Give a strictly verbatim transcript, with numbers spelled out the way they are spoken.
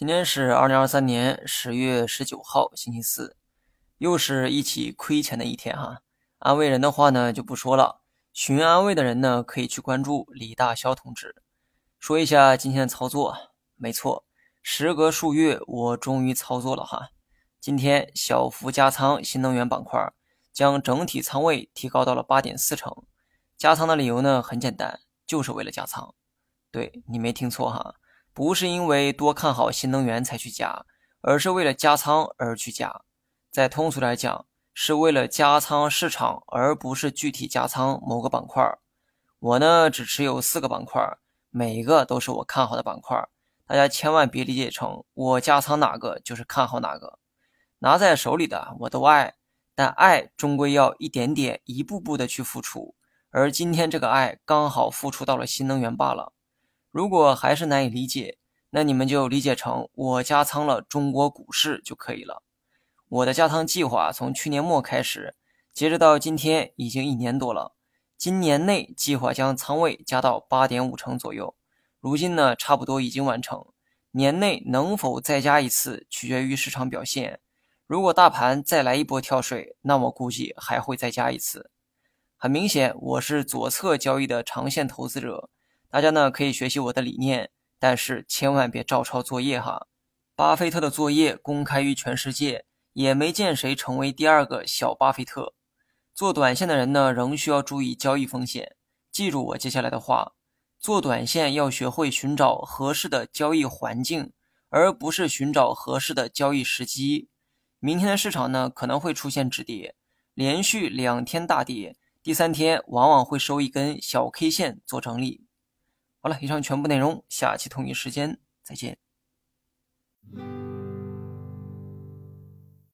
今天是二零二三年十月十九号，星期四，又是一起亏钱的一天哈。安慰人的话呢就不说了，寻安慰的人呢可以去关注李大霄同志。说一下今天的操作，没错，时隔数月我终于操作了哈。今天小幅加仓新能源板块，将整体仓位提高到了 八点四成。加仓的理由呢很简单，就是为了加仓。对，你没听错哈。不是因为多看好新能源才去加，而是为了加仓而去加。再通俗来讲，是为了加仓市场，而不是具体加仓某个板块。我呢只持有四个板块，每一个都是我看好的板块，大家千万别理解成我加仓哪个就是看好哪个。拿在手里的我都爱，但爱终归要一点点一步步的去付出，而今天这个爱刚好付出到了新能源罢了。如果还是难以理解，那你们就理解成我加仓了中国股市就可以了。我的加仓计划从去年末开始，截止到今天已经一年多了。今年内计划将仓位加到 八点五成左右，如今呢差不多已经完成。年内能否再加一次，取决于市场表现。如果大盘再来一波跳水，那我估计还会再加一次。很明显，我是左侧交易的长线投资者。大家呢可以学习我的理念，但是千万别照抄作业哈。巴菲特的作业公开于全世界，也没见谁成为第二个小巴菲特。做短线的人呢，仍需要注意交易风险。记住我接下来的话，做短线要学会寻找合适的交易环境，而不是寻找合适的交易时机。明天的市场呢可能会出现止跌，连续两天大跌，第三天往往会收一根小 K 线做整理。好了，以上全部内容，下期同一时间再见。